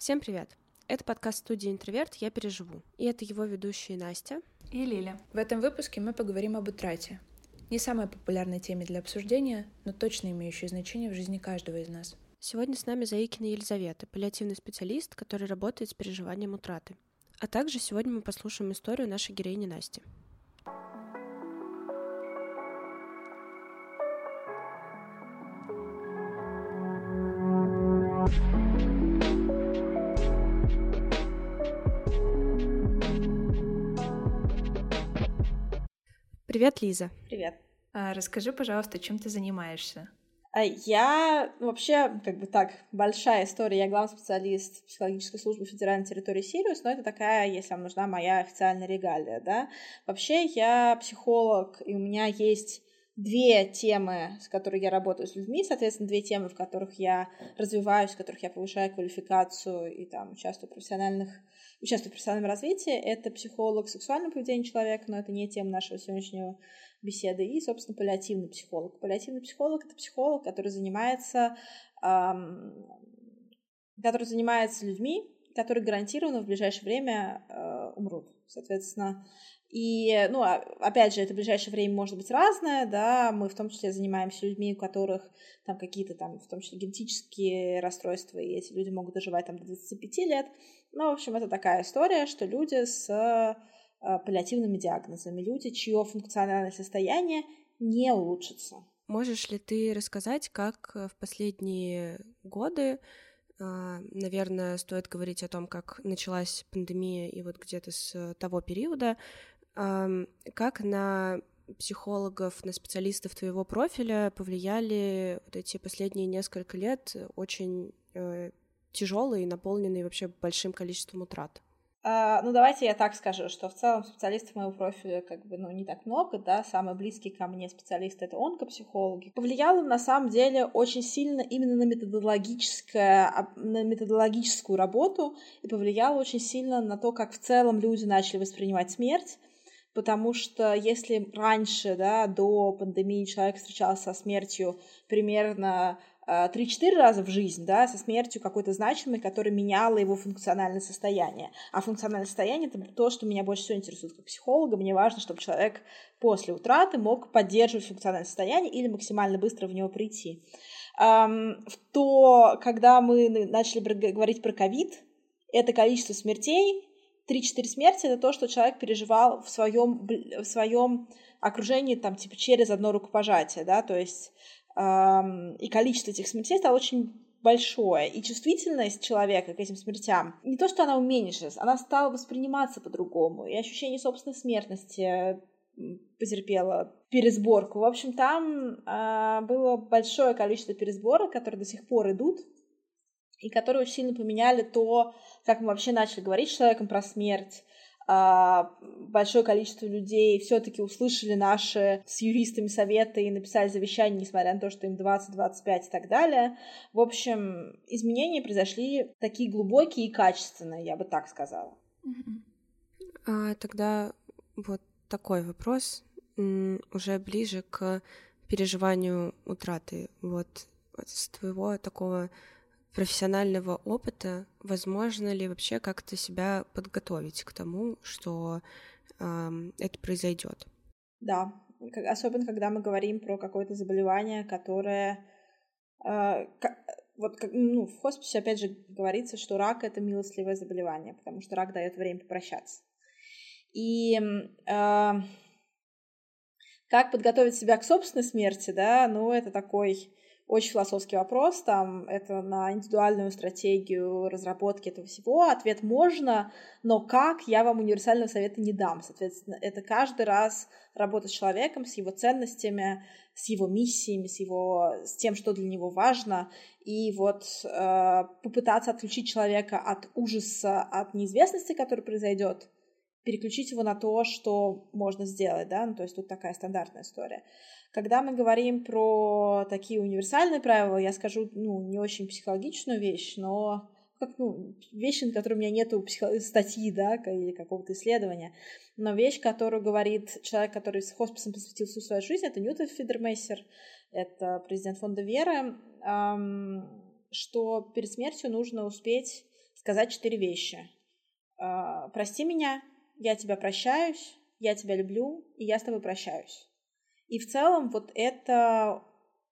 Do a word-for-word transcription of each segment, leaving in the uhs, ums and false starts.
Всем привет! Это подкаст студии «Интроверт. Я переживу». И это его ведущие Настя и Лиля. В этом выпуске мы поговорим об утрате. Не самой популярной теме для обсуждения, но точно имеющей значение в жизни каждого из нас. Сегодня с нами Заикина Елизавета, паллиативный специалист, который работает с переживанием утраты. А также сегодня мы послушаем историю нашей героини Насти. Привет, Лиза. Привет. А, расскажи, пожалуйста, чем ты занимаешься? Я вообще, как бы так, большая история. Я главный специалист психологической службы федеральной территории Сириус, но это такая, если вам нужна моя официальная регалия, да. Вообще я психолог, и у меня есть две темы, с которыми я работаю с людьми, соответственно, две темы, в которых я развиваюсь, в которых я повышаю квалификацию и там участвую в профессиональных участвую в профессиональном развитии. Это психолог сексуального поведения человека, но это не тема нашего сегодняшнего беседы. И, собственно, паллиативный психолог. Паллиативный психолог — это психолог, который занимается, эм, который занимается людьми, которые гарантированно в ближайшее время э, умрут. Соответственно, и, ну, опять же, это в ближайшее время может быть разное, да, мы в том числе занимаемся людьми, у которых там какие-то там, в том числе генетические расстройства, и эти люди могут доживать там до двадцати пяти лет. Ну, в общем, это такая история, что люди с э, паллиативными диагнозами, люди, чье функциональное состояние не улучшится. Можешь ли ты рассказать, как в последние годы, наверное, стоит говорить о том, как началась пандемия и вот где-то с того периода, как на психологов, на специалистов твоего профиля повлияли вот эти последние несколько лет очень э, тяжелые и наполненные вообще большим количеством утрат? Uh, ну, давайте я так скажу, что в целом специалистов моего профиля как бы, ну, не так много, да, самые близкие ко мне специалисты — это онкопсихологи. Повлияло, на самом деле, очень сильно именно на методологическое, на методологическую работу, и повлияло очень сильно на то, как в целом люди начали воспринимать смерть. Потому что если раньше, да, до пандемии человек встречался со смертью примерно три-четыре раза в жизнь, да, со смертью какой-то значимой, которая меняла его функциональное состояние. А функциональное состояние — это то, что меня больше всего интересует как психолога. Мне важно, чтобы человек после утраты мог поддерживать функциональное состояние или максимально быстро в него прийти. То, когда мы начали говорить про ковид, это количество смертей, три-четыре смерти — это то, что человек переживал в своем, в своем окружении, там, типа, через одно рукопожатие, да, то есть эм, и количество этих смертей стало очень большое, и чувствительность человека к этим смертям, не то, что она уменьшилась, она стала восприниматься по-другому, и ощущение собственной смертности потерпело пересборку. В общем, там э, было большое количество пересборок, которые до сих пор идут, и которые очень сильно поменяли то, как мы вообще начали говорить с человеком про смерть. Большое количество людей все-таки услышали наши с юристами советы и написали завещание, несмотря на то, что им двадцать-двадцать пять и так далее. В общем, изменения произошли такие глубокие и качественные, я бы так сказала. А, тогда вот такой вопрос, уже ближе к переживанию утраты. Вот с твоего такого профессионального опыта, возможно ли вообще как-то себя подготовить к тому, что э, это произойдет? Да, особенно когда мы говорим про какое-то заболевание, которое... Э, как, вот, ну, в хосписе, опять же, говорится, что рак — это милостливое заболевание, потому что рак дает время попрощаться. И э, как подготовить себя к собственной смерти, да, ну, это такой... очень философский вопрос, там это на индивидуальную стратегию разработки этого всего. Ответ можно, но как, я вам универсального совета не дам. Соответственно, это каждый раз работа с человеком, с его ценностями, с его миссиями, с, его, с тем, что для него важно. И вот э, попытаться отключить человека от ужаса, от неизвестности, который произойдет, переключить его на то, что можно сделать, да, ну, то есть тут такая стандартная история. Когда мы говорим про такие универсальные правила, я скажу, ну, не очень психологичную вещь, но как, ну, вещь, на которой у меня нету психо- статьи, да, или какого-то исследования, но вещь, которую говорит человек, который с хосписом посвятил всю свою жизнь, это Ньютон Фидермессер, это президент фонда Веры, эм, что перед смертью нужно успеть сказать четыре вещи. «Прости меня», «Я тебя прощаюсь», «Я тебя люблю» и «Я с тобой прощаюсь». И в целом вот это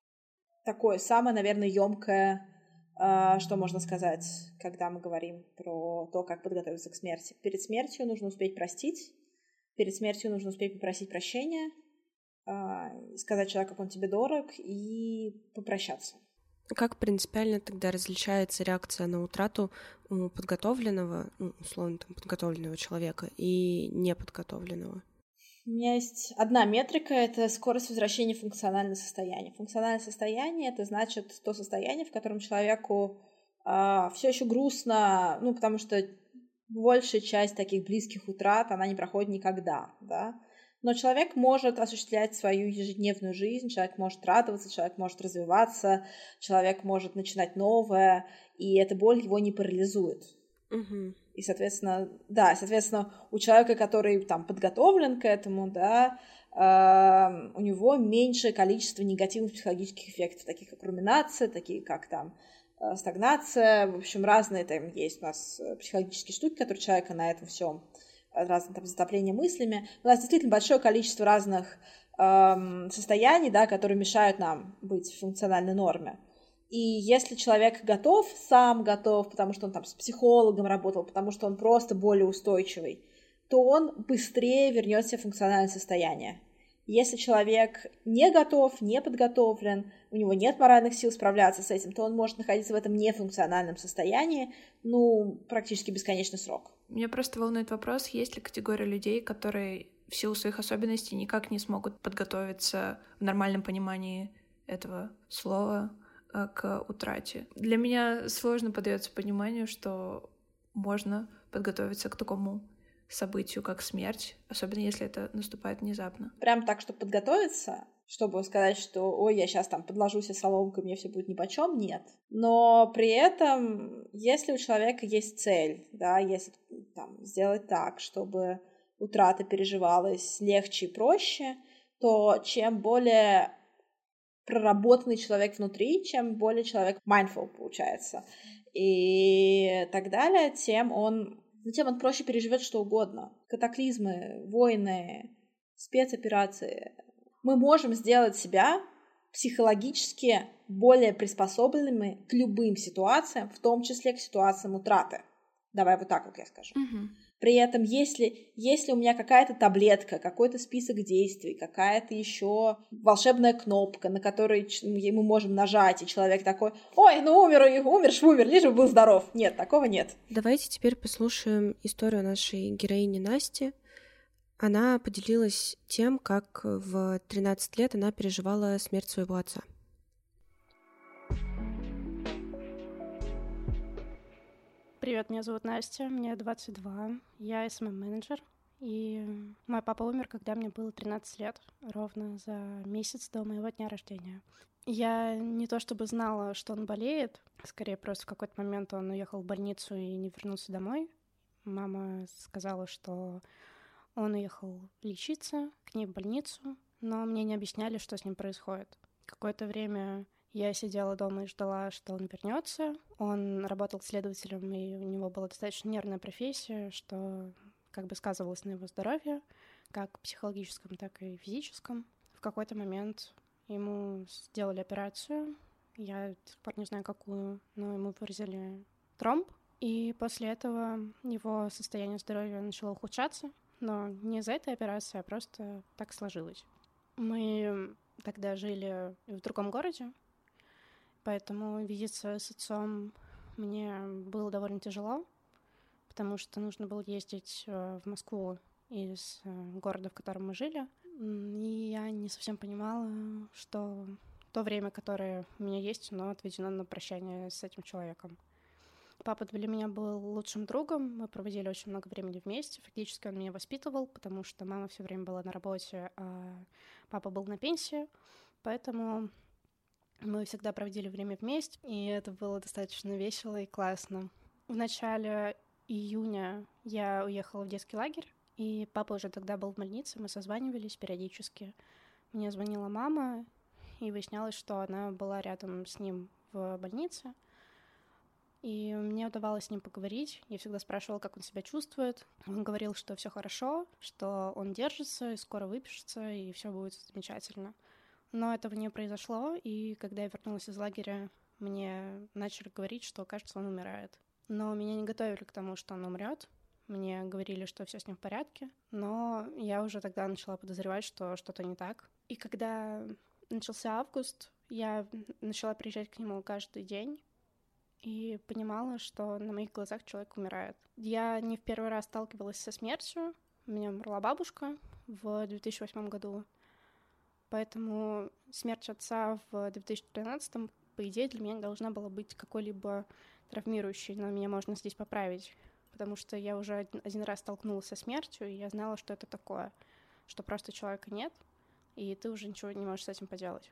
такое самое, наверное, ёмкое, что можно сказать, когда мы говорим про то, как подготовиться к смерти. Перед смертью нужно успеть простить, перед смертью нужно успеть попросить прощения, сказать человеку, как он тебе дорог, и попрощаться. Как принципиально тогда различается реакция на утрату у подготовленного, ну, условно, там, подготовленного человека и неподготовленного? У меня есть одна метрика — это скорость возвращения в функциональное состояние. Функциональное состояние — это значит то состояние, в котором человеку э, все еще грустно, ну, потому что большая часть таких близких утрат, она не проходит никогда, да. Но человек может осуществлять свою ежедневную жизнь, человек может радоваться, человек может развиваться, человек может начинать новое, и эта боль его не парализует. Угу. И, соответственно, да, соответственно, у человека, который там подготовлен к этому, да, э, у него меньшее количество негативных психологических эффектов, таких как руминация, такие как там э, стагнация, в общем, разные там есть у нас психологические штуки, которые человека на этом всем, разные там затопления мыслями. У нас действительно большое количество разных э, состояний, да, которые мешают нам быть в функциональной норме. И если человек готов, сам готов, потому что он там с психологом работал, потому что он просто более устойчивый, то он быстрее вернет себя в функциональное состояние. Если человек не готов, не подготовлен, у него нет моральных сил справляться с этим, то он может находиться в этом нефункциональном состоянии, ну, практически бесконечный срок. Меня просто волнует вопрос, есть ли категория людей, которые в силу своих особенностей никак не смогут подготовиться в нормальном понимании этого слова к утрате. Для меня сложно поддается пониманию, что можно подготовиться к такому событию, как смерть, особенно если это наступает внезапно. Прям так, чтобы подготовиться, чтобы сказать, что ой, я сейчас там подложу себе соломкой, мне все будет нипочем, нет. Но при этом, если у человека есть цель, да, если там, сделать так, чтобы утрата переживалась легче и проще, то чем более проработанный человек внутри, чем более человек mindful получается, и так далее, тем он, тем он проще переживет что угодно. Катаклизмы, войны, спецоперации. Мы можем сделать себя психологически более приспособленными к любым ситуациям, в том числе к ситуациям утраты. Давай вот так вот я скажу. Mm-hmm. При этом, если, если у меня какая-то таблетка, какой-то список действий, какая-то еще волшебная кнопка, на которой мы можем нажать, и человек такой, ой, ну умер, и умер, швумер, лишь бы был здоров. Нет, такого нет. Давайте теперь послушаем историю нашей героини Насти. Она поделилась тем, как в тринадцать лет она переживала смерть своего отца. Привет, меня зовут Настя, мне двадцать два, я эс эм эм-менеджер, и мой папа умер, когда мне было тринадцать лет, ровно за месяц до моего дня рождения. Я не то чтобы знала, что он болеет, скорее просто в какой-то момент он уехал в больницу и не вернулся домой. Мама сказала, что он уехал лечиться к ней в больницу, но мне не объясняли, что с ним происходит. Какое-то время я сидела дома и ждала, что он вернется. Он работал следователем, и у него была достаточно нервная профессия, что как бы сказывалось на его здоровье, как психологическом, так и физическом. В какой-то момент ему сделали операцию. Я до сих пор не знаю, какую, но ему вырезали тромб. И после этого его состояние здоровья начало ухудшаться, но не из-за этой операции, а просто так сложилось. Мы тогда жили в другом городе, поэтому видеться с отцом мне было довольно тяжело, потому что нужно было ездить в Москву из города, в котором мы жили. И я не совсем понимала, что то время, которое у меня есть, оно отведено на прощание с этим человеком. Папа для меня был лучшим другом, мы проводили очень много времени вместе. Фактически он меня воспитывал, потому что мама все время была на работе, а папа был на пенсии, поэтому мы всегда проводили время вместе, и это было достаточно весело и классно. В начале июня я уехала в детский лагерь, и папа уже тогда был в больнице, мы созванивались периодически. Мне звонила мама, и выяснялось, что она была рядом с ним в больнице. И мне удавалось с ним поговорить. Я всегда спрашивала, как он себя чувствует. Он говорил, что все хорошо, что он держится, и скоро выпишется, и все будет замечательно. Но этого не произошло, и когда я вернулась из лагеря, мне начали говорить, что, кажется, он умирает. Но меня не готовили к тому, что он умрет. Мне говорили, что все с ним в порядке, но я уже тогда начала подозревать, что что-то не так. И когда начался август, я начала приезжать к нему каждый день и понимала, что на моих глазах человек умирает. Я не в первый раз сталкивалась со смертью. У меня умерла бабушка в две тысячи восьмом году, поэтому смерть отца в две тысячи тринадцатом, по идее, для меня не должна была быть какой-либо травмирующей, но меня можно здесь поправить, потому что я уже один, один раз столкнулась со смертью, и я знала, что это такое, что просто человека нет, и ты уже ничего не можешь с этим поделать.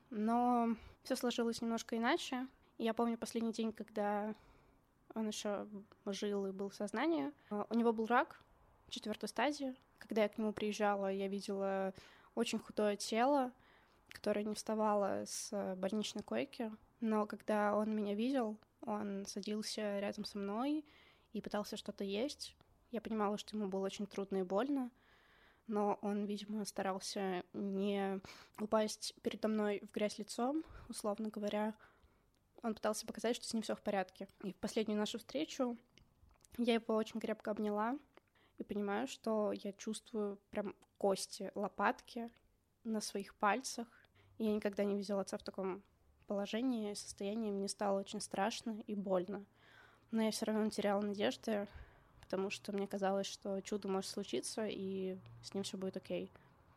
Но все сложилось немножко иначе. Я помню последний день, когда он еще жил и был в сознании. У него был рак четвертой стадии. Когда я к нему приезжала, я видела очень худое тело, которое не вставало с больничной койки. Но когда он меня видел, он садился рядом со мной и пытался что-то есть. Я понимала, что ему было очень трудно и больно, но он, видимо, старался не упасть передо мной в грязь лицом, условно говоря. Он пытался показать, что с ним все в порядке. И в последнюю нашу встречу я его очень крепко обняла и понимаю, что я чувствую прям кости, лопатки на своих пальцах. И я никогда не видела отца в таком положении, состоянии. Мне стало очень страшно и больно. Но я все равно не теряла надежды, потому что мне казалось, что чудо может случиться, и с ним все будет окей.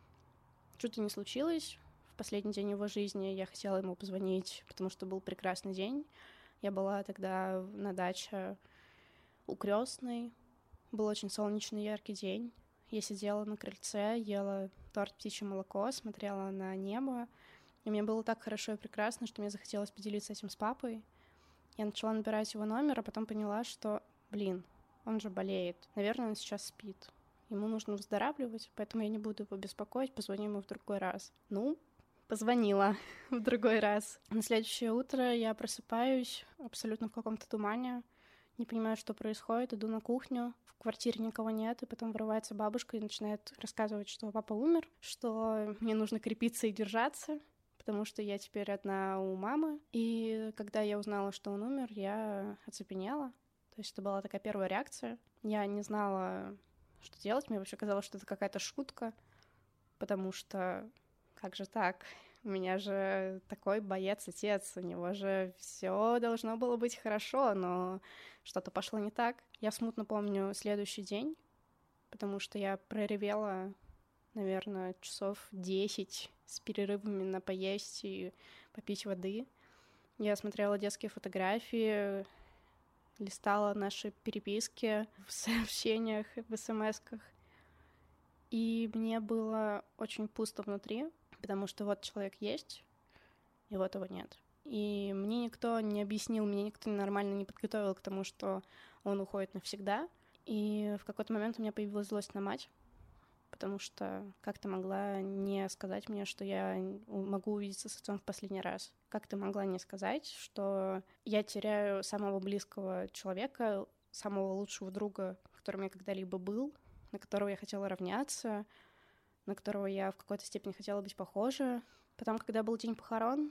Чудо не случилось. В последний день его жизни я хотела ему позвонить, потому что был прекрасный день. Я была тогда на даче у крестной. Был очень солнечный, яркий день. Я сидела на крыльце, ела торт «Птичье молоко», смотрела на небо. И мне было так хорошо и прекрасно, что мне захотелось поделиться этим с папой. Я начала набирать его номер, а потом поняла, что, блин, он же болеет. Наверное, он сейчас спит. Ему нужно выздоравливать, поэтому я не буду его беспокоить, позвоню ему в другой раз. Ну, позвонила в другой раз. На следующее утро я просыпаюсь абсолютно в каком-то тумане, не понимаю, что происходит, иду на кухню, в квартире никого нет, и потом врывается бабушка и начинает рассказывать, что папа умер, что мне нужно крепиться и держаться, потому что я теперь одна у мамы. И когда я узнала, что он умер, я оцепенела. То есть это была такая первая реакция. Я не знала, что делать. Мне вообще казалось, что это какая-то шутка, потому что как же так? У меня же такой боец-отец, у него же все должно было быть хорошо, но что-то пошло не так. Я смутно помню следующий день, потому что я проревела, наверное, часов десять с перерывами на поесть и попить воды. Я смотрела детские фотографии, листала наши переписки в сообщениях, в смс-ках, и мне было очень пусто внутри, потому что вот человек есть, и вот его нет. И мне никто не объяснил, меня никто нормально не подготовил к тому, что он уходит навсегда. И в какой-то момент у меня появилась злость на мать, потому что как ты могла не сказать мне, что я могу увидеться с отцом в последний раз? Как ты могла не сказать, что я теряю самого близкого человека, самого лучшего друга, которым я когда-либо был, на которого я хотела равняться, на которого я в какой-то степени хотела быть похожа. Потом, когда был день похорон,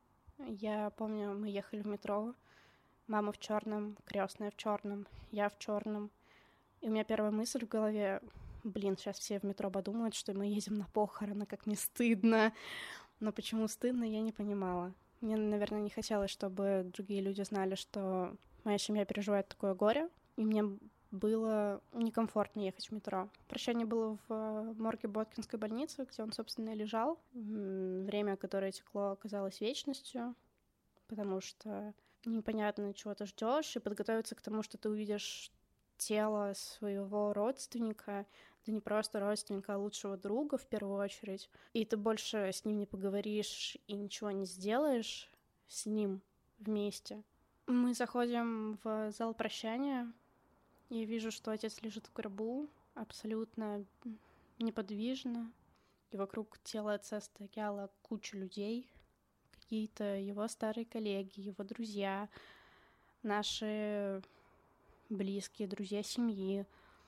я помню, мы ехали в метро, мама в черном, крестная в черном, я в черном. И у меня первая мысль в голове: блин, сейчас все в метро подумают, что мы едем на похороны, как мне стыдно. Но почему стыдно, я не понимала. Мне, наверное, не хотелось, чтобы другие люди знали, что моя семья переживает такое горе, и мне было некомфортно ехать в метро. Прощание было в морге Боткинской больницы, где он, собственно, и лежал. Время, которое текло, оказалось вечностью, потому что непонятно, чего ты ждешь, и подготовиться к тому, что ты увидишь тело своего родственника, да не просто родственника, а лучшего друга в первую очередь, и ты больше с ним не поговоришь и ничего не сделаешь с ним вместе. Мы заходим в зал прощания. Я вижу, что отец лежит в гробу, абсолютно неподвижно, и вокруг тела отца стояла куча людей, какие-то его старые коллеги, его друзья, наши близкие, друзья семьи,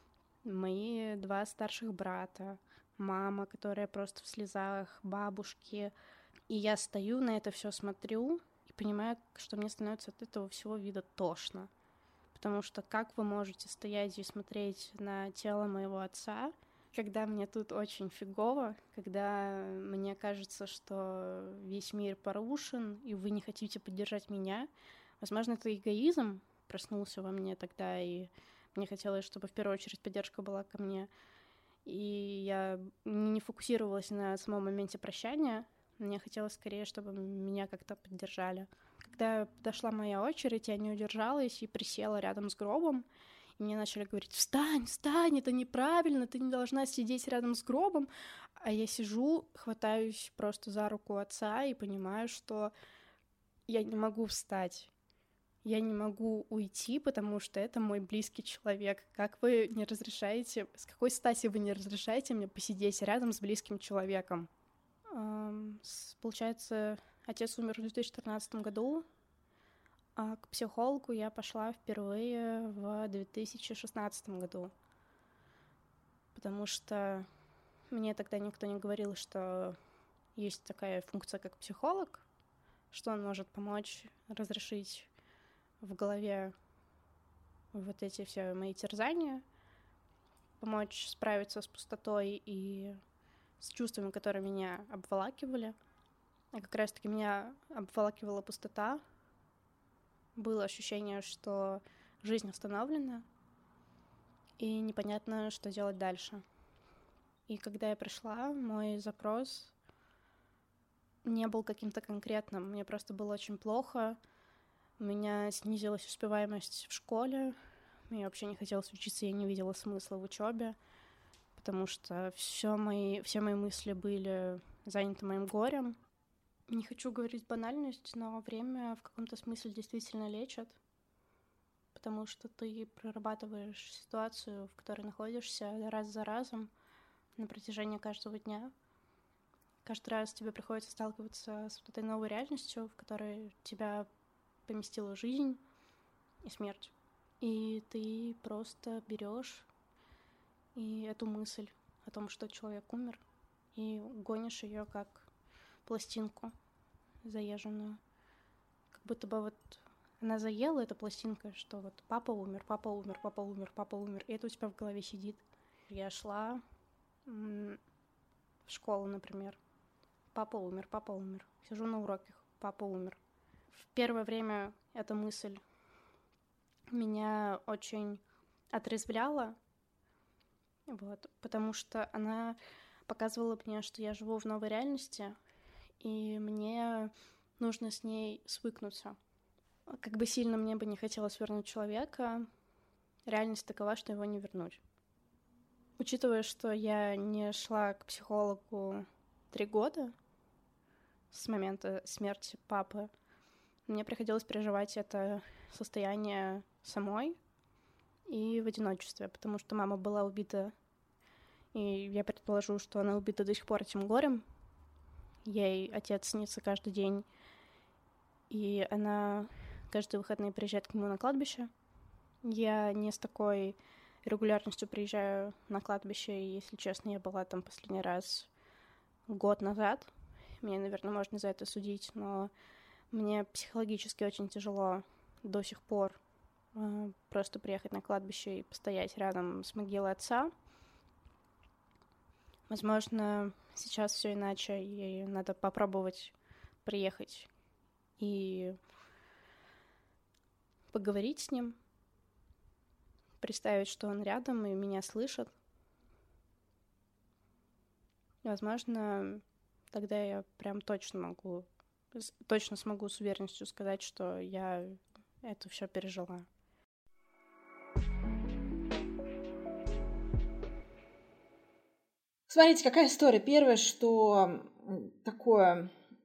мои два старших брата, мама, которая просто в слезах, бабушки. И я стою на это все смотрю и понимаю, что мне становится от этого всего вида тошно. Потому что как вы можете стоять и смотреть на тело моего отца, когда мне тут очень фигово, когда мне кажется, что весь мир порушен, и вы не хотите поддержать меня. Возможно, это эгоизм проснулся во мне тогда, и мне хотелось, чтобы в первую очередь поддержка была ко мне. И я не фокусировалась на самом моменте прощания. Мне хотелось скорее, чтобы меня как-то поддержали. Когда подошла моя очередь, я не удержалась и присела рядом с гробом. И мне начали говорить: «Встань, встань, это неправильно, ты не должна сидеть рядом с гробом». А я сижу, хватаюсь просто за руку отца и понимаю, что я не могу встать. Я не могу уйти, потому что это мой близкий человек. Как вы не разрешаете, с какой стати вы не разрешаете мне посидеть рядом с близким человеком? Эм, с, получается, отец умер в две тысячи тринадцатом году, а к психологу я пошла впервые в две тысячи шестнадцатом году, потому что мне тогда никто не говорил, что есть такая функция, как психолог, что он может помочь разрешить в голове вот эти все мои терзания, помочь справиться с пустотой и с чувствами, которые меня обволакивали. А как раз-таки меня обволакивала пустота. Было ощущение, что жизнь остановлена, и непонятно, что делать дальше. И когда я пришла, мой запрос не был каким-то конкретным. Мне просто было очень плохо. У меня снизилась успеваемость в школе. Мне вообще не хотелось учиться, я не видела смысла в учебе, потому что все мои, все мои мысли были заняты моим горем. Не хочу говорить банальность, но время в каком-то смысле действительно лечит, потому что ты прорабатываешь ситуацию, в которой находишься раз за разом на протяжении каждого дня. Каждый раз тебе приходится сталкиваться с вот этой новой реальностью, в которой тебя поместила жизнь и смерть. И ты просто берешь и эту мысль о том, что человек умер, и гонишь ее как пластинку заезженную. Как будто бы вот она заела, эта пластинка, что вот папа умер, папа умер, папа умер, папа умер, и это у тебя в голове сидит. Я шла м- в школу, например. Папа умер, папа умер. Сижу на уроках, папа умер. В первое время эта мысль меня очень отрезвляла, вот, потому что она показывала мне, что я живу в новой реальности, и мне нужно с ней свыкнуться. Как бы сильно мне бы не хотелось вернуть человека, реальность такова, что его не вернуть. Учитывая, что я не шла к психологу три года с момента смерти папы, мне приходилось переживать это состояние самой и в одиночестве, потому что мама была убита, и я предположу, что она убита до сих пор этим горем. Ей отец снится каждый день, и она каждые выходные приезжает к нему на кладбище. Я не с такой регулярностью приезжаю на кладбище, и, если честно, я была там последний раз год назад. Меня, наверное, можно за это судить, но мне психологически очень тяжело до сих пор э, просто приехать на кладбище и постоять рядом с могилой отца. Возможно, сейчас все иначе, и надо попробовать приехать и поговорить с ним, представить, что он рядом и меня слышит. Возможно, тогда я прям точно могу, точно смогу с уверенностью сказать, что я это все пережила. Смотрите, какая история. Первое, что такое,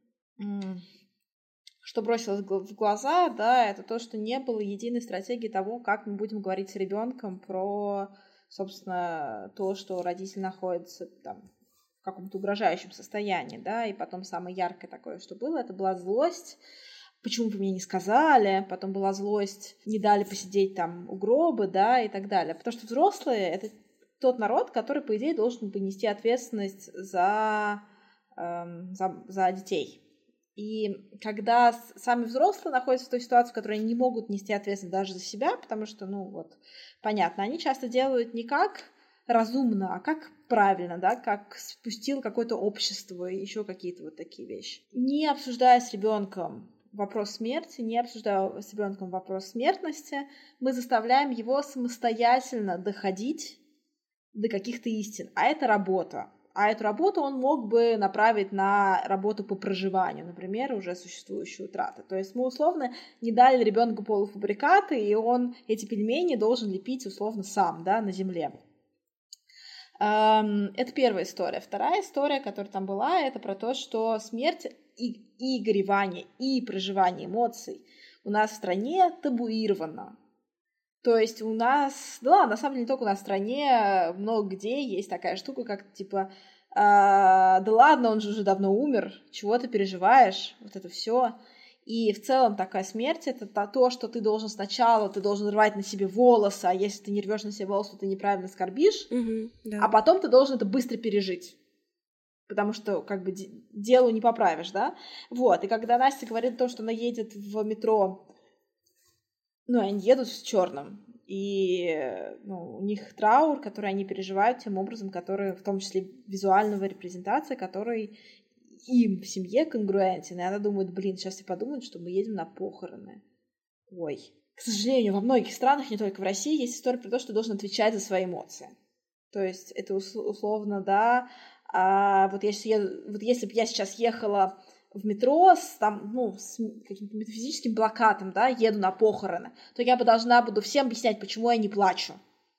что бросилось в глаза, да, это то, что не было единой стратегии того, как мы будем говорить с ребенком про, собственно, то, что родитель находится там в каком-то угрожающем состоянии, да, и потом самое яркое такое, что было, это была злость, почему вы мне не сказали, потом была злость, не дали посидеть там у гроба, да, и так далее. Потому что взрослые — это тот народ, который, по идее, должен понести ответственность за, эм, за, за детей. И когда сами взрослые находятся в той ситуации, в которой они не могут нести ответственность даже за себя, потому что, ну вот, понятно, они часто делают не как разумно, а как правильно, да, как спустило какое-то общество и еще какие-то вот такие вещи. Не обсуждая с ребенком вопрос смерти, не обсуждая с ребенком вопрос смертности, мы заставляем его самостоятельно доходить до каких-то истин. А это работа. А эту работу он мог бы направить на работу по проживанию, например, уже существующую утрату. То есть мы условно не дали ребенку полуфабрикаты, и он эти пельмени должен лепить условно сам, да, на земле. Это первая история. Вторая история, которая там была, это про то, что смерть и, и горевание, и проживание эмоций у нас в стране табуировано. То есть у нас, да ладно, на самом деле не только у нас в стране, много где есть такая штука, как типа, э, да ладно, он же уже давно умер, чего ты переживаешь, вот это все. И в целом такая смерть — это то, что ты должен сначала, ты должен рвать на себе волосы, а если ты не рвешь на себе волосы, то ты неправильно скорбишь, угу, да. А потом ты должен это быстро пережить. Потому что, как бы, делу не поправишь, да? Вот, и когда Настя говорит о том, что она едет в метро, ну, они едут в черном, и ну, у них траур, который они переживают тем образом, который, в том числе визуального репрезентация, который им в семье конгруентен, и она думает, блин, сейчас все подумают, что мы едем на похороны. Ой. К сожалению, во многих странах, не только в России, есть история про то, что ты должен отвечать за свои эмоции. То есть это условно, да, а вот если, я, вот если бы я сейчас ехала в метро с, там, ну, с каким-то метафизическим плакатом, да, еду на похороны, то я бы должна буду всем объяснять, почему я не плачу.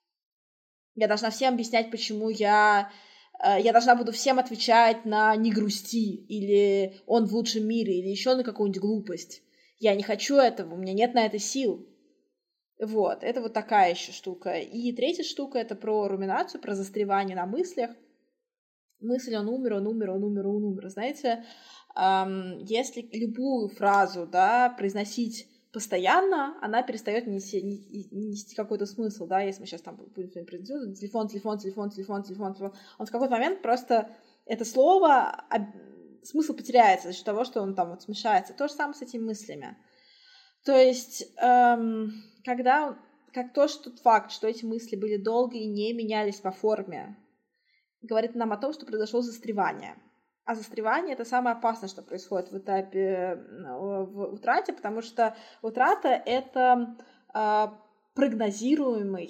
Я должна всем объяснять, почему я... Я должна буду всем отвечать на «не грусти» или «он в лучшем мире» или еще на какую-нибудь глупость. Я не хочу этого, у меня нет на это сил. Вот, это вот такая еще штука. И третья штука — это про руминацию, про застревание на мыслях. Мысль «он умер, он умер, он умер, он умер». Знаете, эм, если любую фразу, да, произносить постоянно, она перестает нести, нести какой-то смысл, да, если мы сейчас там будем телефон, телефон, телефон, телефон, телефон, телефон, телефон, он в какой-то момент просто это слово, смысл потеряется за счет того, что он там вот смешается. То же самое с этими мыслями. То есть, эм, когда, как то, что тот факт, что эти мысли были долго и не менялись по форме, говорит нам о том, что произошло застревание. А застревание — это самое опасное, что происходит в этапе в утрате, потому что утрата — это э, прогнозируемый,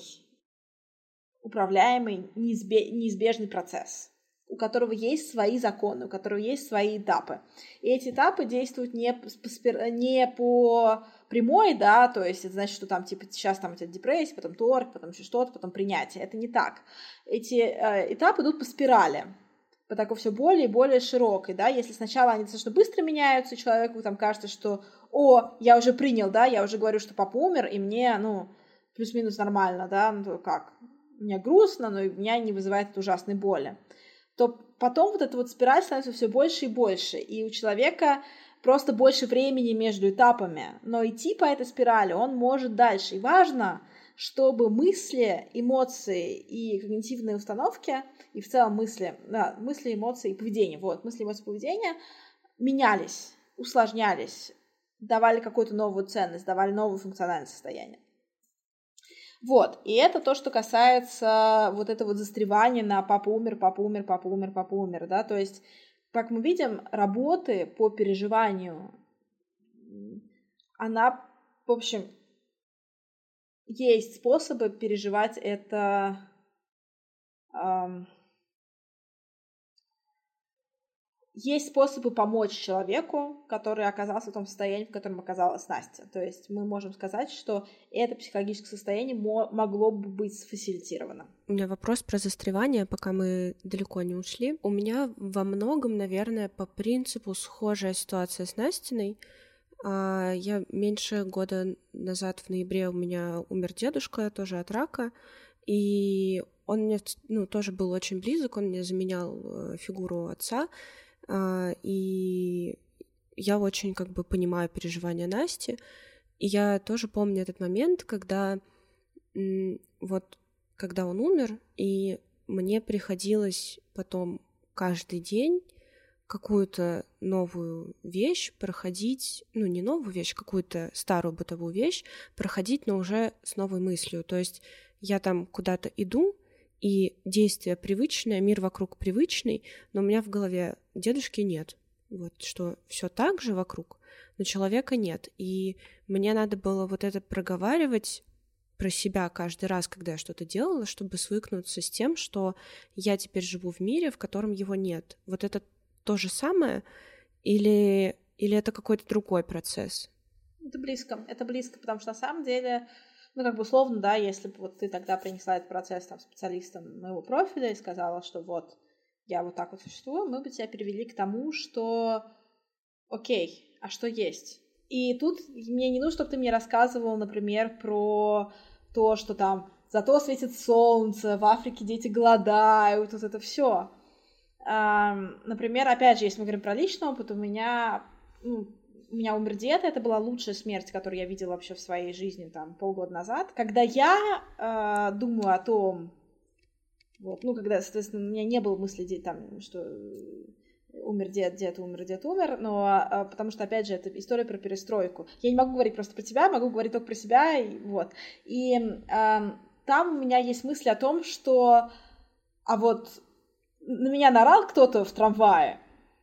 управляемый, неизбежный процесс, у которого есть свои законы, у которого есть свои этапы. И эти этапы действуют не по, не по прямой, да, то есть это значит, что там типа сейчас там идет депрессия, потом торг, потом еще что-то, потом принятие. Это не так. Эти э, этапы идут по спирали, по такой все более и более широкой, да, если сначала они достаточно быстро меняются, человеку там кажется, что, о, я уже принял, да, я уже говорю, что папа умер, и мне, ну, плюс-минус нормально, да, ну, как, мне грустно, но меня не вызывает это ужасной боли, то потом вот эта вот спираль становится все больше и больше, и у человека просто больше времени между этапами, но идти по этой спирали он может дальше, и важно, чтобы мысли, эмоции и когнитивные установки, и в целом мысли, да, мысли, эмоции и поведение, вот, мысли, эмоции, поведение менялись, усложнялись, давали какую-то новую ценность, давали новое функциональное состояние. Вот, и это то, что касается вот этого вот застревания на «папа умер, папа умер, папа умер, папа умер», да, то есть, как мы видим, работы по переживанию, она, в общем, есть способы переживать это эм, есть способы помочь человеку, который оказался в том состоянии, в котором оказалась Настя. То есть мы можем сказать, что это психологическое состояние мо- могло бы быть сфасилитировано. У меня вопрос про застревание, пока мы далеко не ушли. У меня во многом, наверное, по принципу схожая ситуация с Настиной. Я меньше года назад, в ноябре, у меня умер дедушка, тоже от рака, и он мне, ну, тоже был очень близок, он мне заменял фигуру отца, и я очень как бы понимаю переживания Насти, и я тоже помню этот момент, когда м, вот когда он умер, и мне приходилось потом каждый день какую-то новую вещь проходить, ну, не новую вещь, какую-то старую бытовую вещь проходить, но уже с новой мыслью. То есть я там куда-то иду, и действие привычное, мир вокруг привычный, но у меня в голове дедушки нет. Вот, что все так же вокруг, но человека нет. И мне надо было вот это проговаривать про себя каждый раз, когда я что-то делала, чтобы свыкнуться с тем, что я теперь живу в мире, в котором его нет. Вот это то же самое или, или это какой-то другой процесс? Это близко, это близко, потому что на самом деле, ну, как бы условно, да, если бы вот ты тогда принесла этот процесс там специалистам моего профиля и сказала, что вот я вот так вот существую, мы бы тебя перевели к тому, что окей, а что есть? И тут мне не нужно, чтобы ты мне рассказывал, например, про то, что там зато светит солнце, в Африке дети голодают, вот это все. Например, опять же, если мы говорим про личный опыт, у меня, ну, у меня умер дед, это была лучшая смерть, которую я видела вообще в своей жизни там полгода назад. Когда я э, думаю о том, вот, ну, когда, соответственно, у меня не было мысли, там, что умер дед, дед умер, дед умер, но э, потому что, опять же, это история про перестройку. Я не могу говорить просто про тебя, могу говорить только про себя, и вот. И э, там у меня есть мысли о том, что, а вот на меня наорал кто-то в трамвае,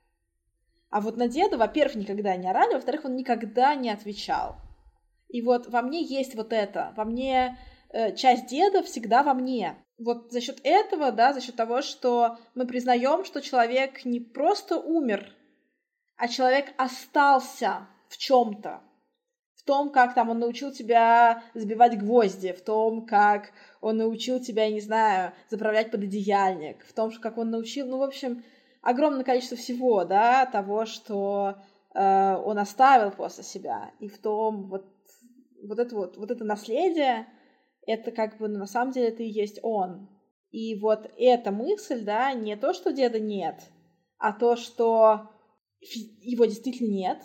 а вот на деда, во-первых, никогда не орали, во-вторых, он никогда не отвечал. И вот во мне есть вот это, во мне э, часть деда всегда во мне. Вот за счет этого, да, за счет того, что мы признаем, что человек не просто умер, а человек остался в чем-то. В том, как там он научил тебя забивать гвозди, в том, как он научил тебя, я не знаю, заправлять пододеяльник, в том, как он научил, ну, в общем, огромное количество всего, да, того, что э, он оставил после себя, и в том, вот, вот, это, вот, вот это наследие, это как бы, ну, на самом деле, это и есть он. И вот эта мысль, да, не то, что деда нет, а то, что его действительно нет,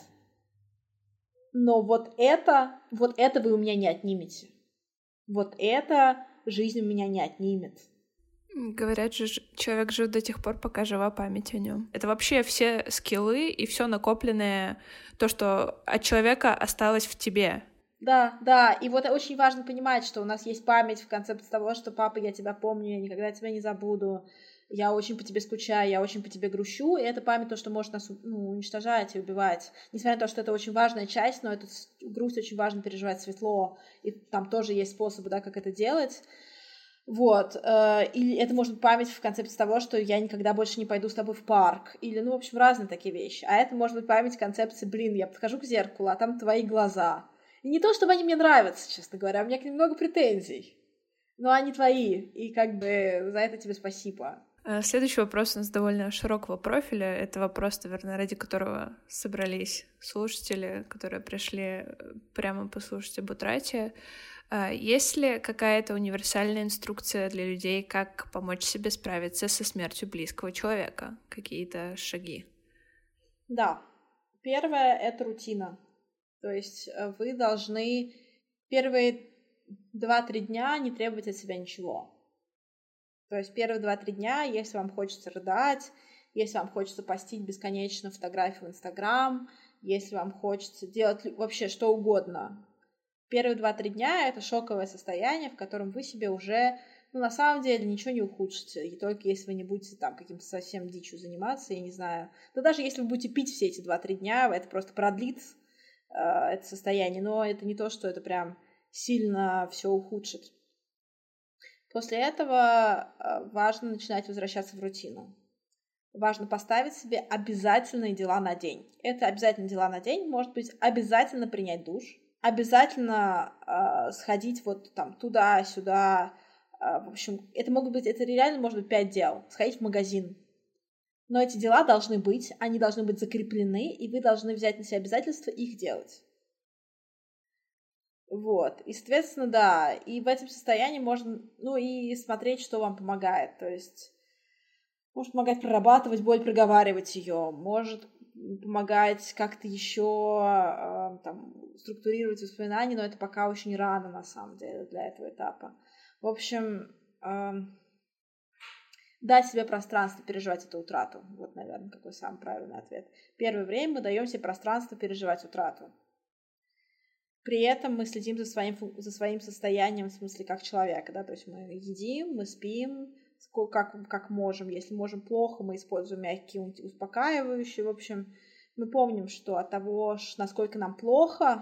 но вот это, вот это вы у меня не отнимете. Вот это жизнь у меня не отнимет. Говорят же, человек жив до тех пор, пока жива память о нем. Это вообще все скиллы и все накопленное, то, что от человека осталось в тебе. Да, да, и вот очень важно понимать, что у нас есть память в концепции того, что папа, я тебя помню, я никогда тебя не забуду, я очень по тебе скучаю, я очень по тебе грущу, и это память то, что может нас, ну, уничтожать и убивать. Несмотря на то, что это очень важная часть, но эту грусть очень важно переживать светло, и там тоже есть способы, да, как это делать. Вот, или это может быть память в концепции того, что я никогда больше не пойду с тобой в парк, или, ну, в общем, разные такие вещи. А это может быть память в концепции, блин, я подхожу к зеркалу, а там твои глаза. И не то, чтобы они мне нравятся, честно говоря, у меня к ним много претензий, но они твои, и как бы за это тебе спасибо. Следующий вопрос у нас довольно широкого профиля. Это вопрос, наверное, ради которого собрались слушатели, которые пришли прямо послушать об утрате. Есть ли какая-то универсальная инструкция для людей, как помочь себе справиться со смертью близкого человека? Какие-то шаги? Да. Первое — это рутина. То есть вы должны первые два-три дня не требовать от себя ничего. То есть первые два-три дня, если вам хочется рыдать, если вам хочется постить бесконечно фотографии в Инстаграм, если вам хочется делать вообще что угодно, первые два-три дня — это шоковое состояние, в котором вы себе уже, ну, на самом деле, ничего не ухудшите. И только если вы не будете там каким-то совсем дичью заниматься, я не знаю. Да даже если вы будете пить все эти два-три дня, это просто продлит э, это состояние. Но это не то, что это прям сильно все ухудшит. После этого э, важно начинать возвращаться в рутину. Важно поставить себе обязательные дела на день. Это обязательные дела на день. Может быть, обязательно принять душ. Обязательно э, сходить вот там туда-сюда. Э, в общем, это могут быть, это реально может быть пять дел. Сходить в магазин. Но эти дела должны быть, они должны быть закреплены, и вы должны взять на себя обязательство их делать. Вот. И, соответственно, да, и в этом состоянии можно, ну, и смотреть, что вам помогает. То есть, может помогать прорабатывать боль, проговаривать ее, может помогать как-то еще э, там, структурировать воспоминания, но это пока очень рано, на самом деле, для этого этапа. В общем, э, дать себе пространство переживать эту утрату. Вот, наверное, какой самый правильный ответ. Первое время мы даем себе пространство переживать утрату. При этом мы следим за своим, за своим состоянием, в смысле, как человека, да, то есть мы едим, мы спим, как, как можем. Если можем плохо, мы используем мягкие успокаивающие. В общем, мы помним, что от того, насколько нам плохо,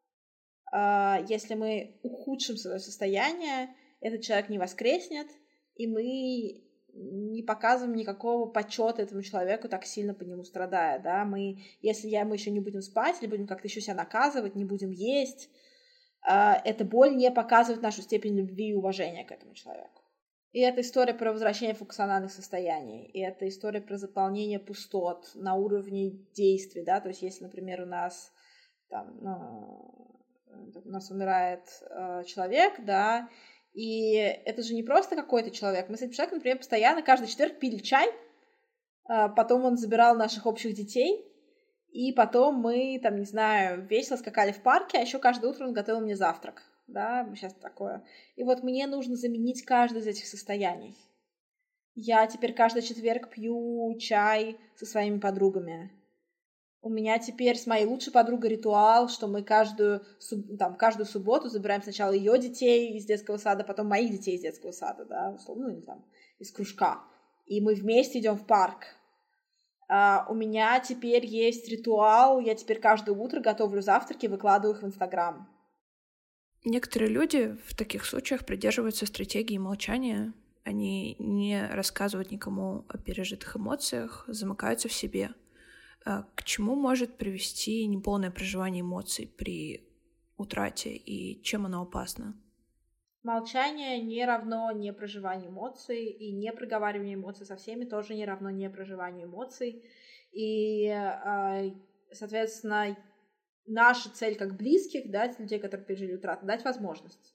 если мы ухудшим свое состояние, этот человек не воскреснет, и мы не показываем никакого почета этому человеку, так сильно по нему страдая, да, мы, если я, мы еще не будем спать, или будем как-то еще себя наказывать, не будем есть, эта боль не показывает нашу степень любви и уважения к этому человеку. И это история про возвращение функциональных состояний, и это история про заполнение пустот на уровне действий, да, то есть если, например, у нас там, ну, у нас умирает э, человек, да, и это же не просто какой-то человек. Мы с этим человеком, например, постоянно каждый четверг пили чай, э, потом он забирал наших общих детей, и потом мы, там, не знаю, весело скакали в парке, а еще каждое утро он готовил мне завтрак. Да, сейчас такое. И вот мне нужно заменить каждое из этих состояний. Я теперь каждый четверг пью чай со своими подругами. У меня теперь с моей лучшей подругой ритуал, что мы каждую, там, каждую субботу забираем сначала ее детей из детского сада, потом моих детей из детского сада, да, условно, ну, там, из кружка. И мы вместе идем в парк. Uh, у меня теперь есть ритуал, я теперь каждое утро готовлю завтраки, выкладываю их в Инстаграм. Некоторые люди в таких случаях придерживаются стратегии молчания. Они не рассказывают никому о пережитых эмоциях, замыкаются в себе. К чему может привести неполное проживание эмоций при утрате и чем оно опасно? Молчание не равно не проживанию эмоций, и не проговаривание эмоций со всеми тоже не равно не проживанию эмоций. И, соответственно, наша цель как близких, да, людей, которые пережили утрату, дать возможность.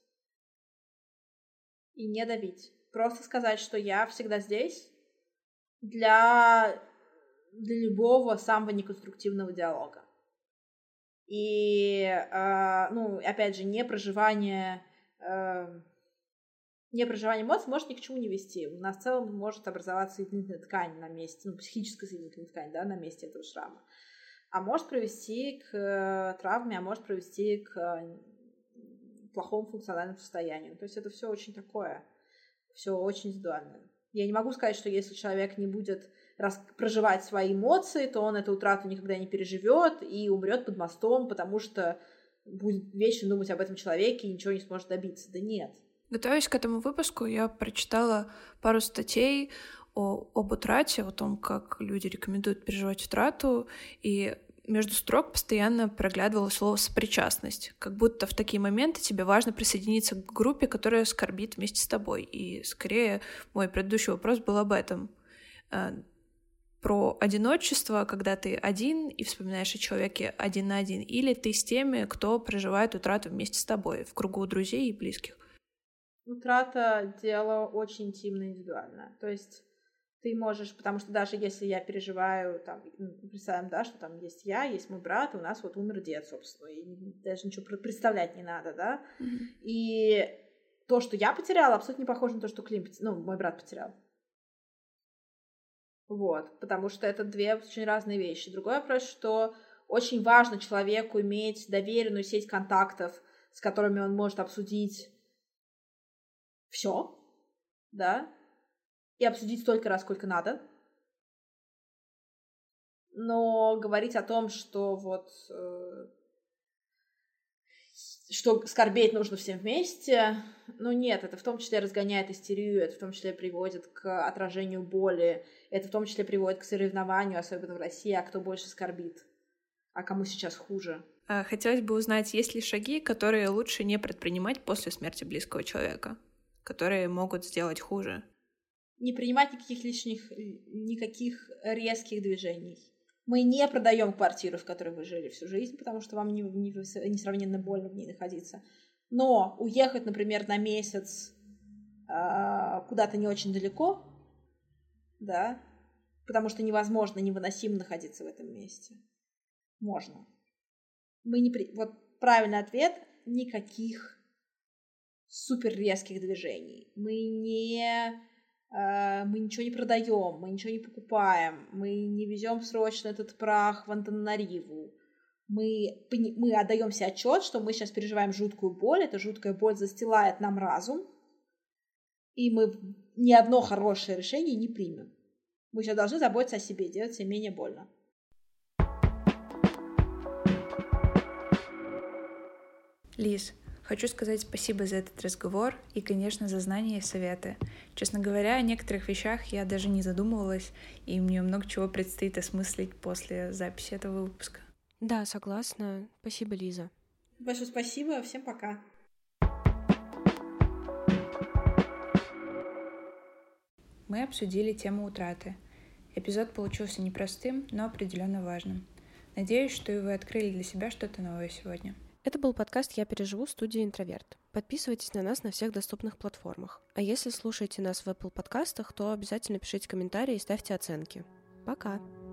И не давить. Просто сказать, что я всегда здесь для, для любого самого неконструктивного диалога. И, э, ну, опять же, не проживание, э, не проживание эмоций может ни к чему не вести. У нас в целом может образоваться соединительная ткань на месте, ну, психическая соединительная ткань, да, на месте этого шрама. А может привести к э, травме, а может привести к э, плохому функциональному состоянию. То есть это все очень такое, все очень индивидуально. Я не могу сказать, что если человек не будет рас- проживать свои эмоции, то он эту утрату никогда не переживет и умрет под мостом, потому что будет вечно думать об этом человеке и ничего не сможет добиться. Да нет. Готовясь к этому выпуску, я прочитала пару статей о, об утрате, о том, как люди рекомендуют переживать утрату, и между строк постоянно проглядывало слово «сопричастность», как будто в такие моменты тебе важно присоединиться к группе, которая скорбит вместе с тобой. И скорее мой предыдущий вопрос был об этом. Про одиночество, когда ты один и вспоминаешь о человеке один на один, или ты с теми, кто проживает утрату вместе с тобой, в кругу друзей и близких. Утрата — дело очень интимное и индивидуальное. То есть ты можешь, потому что даже если я переживаю, там, представим, да, что там есть я, есть мой брат, и у нас вот умер дед, собственно, и даже ничего представлять не надо, да, mm-hmm. и то, что я потеряла, абсолютно не похоже на то, что Клим, ну, мой брат потерял. Вот, потому что это две очень разные вещи. Другой вопрос, что очень важно человеку иметь доверенную сеть контактов, с которыми он может обсудить все, да, и обсудить столько раз, сколько надо. Но говорить о том, что вот э, что скорбеть нужно всем вместе, ну нет, это в том числе разгоняет истерию, это в том числе приводит к отражению боли, это в том числе приводит к соревнованию, особенно в России, а кто больше скорбит, а кому сейчас хуже. Хотелось бы узнать, есть ли шаги, которые лучше не предпринимать после смерти близкого человека, которые могут сделать хуже? Не принимать никаких лишних, никаких резких движений. Мы не продаем квартиру, в которой вы жили всю жизнь, потому что вам не, не, несравненно больно в ней находиться. Но уехать, например, на месяц э, куда-то не очень далеко, да, потому что невозможно, невыносимо находиться в этом месте. Можно. Мы не при... Вот правильный ответ — никаких супер резких движений. Мы не... э, мы ничего не продаем, мы ничего не покупаем, мы не везем срочно этот прах в Антананариву. Мы, мы отдаем себе отчет, что мы сейчас переживаем жуткую боль, эта жуткая боль застилает нам разум, и мы ни одно хорошее решение не примем. Мы сейчас должны заботиться о себе, делать себе менее больно. Лиз, хочу сказать спасибо за этот разговор и, конечно, за знания и советы. Честно говоря, о некоторых вещах я даже не задумывалась, и мне много чего предстоит осмыслить после записи этого выпуска. Да, согласна. Спасибо, Лиза. Большое спасибо. Всем пока. Мы обсудили тему утраты. Эпизод получился непростым, но определенно важным. Надеюсь, что и вы открыли для себя что-то новое сегодня. Это был подкаст «Я переживу» студии «Интроверт». Подписывайтесь на нас на всех доступных платформах. А если слушаете нас в Apple подкастах, то обязательно пишите комментарии и ставьте оценки. Пока!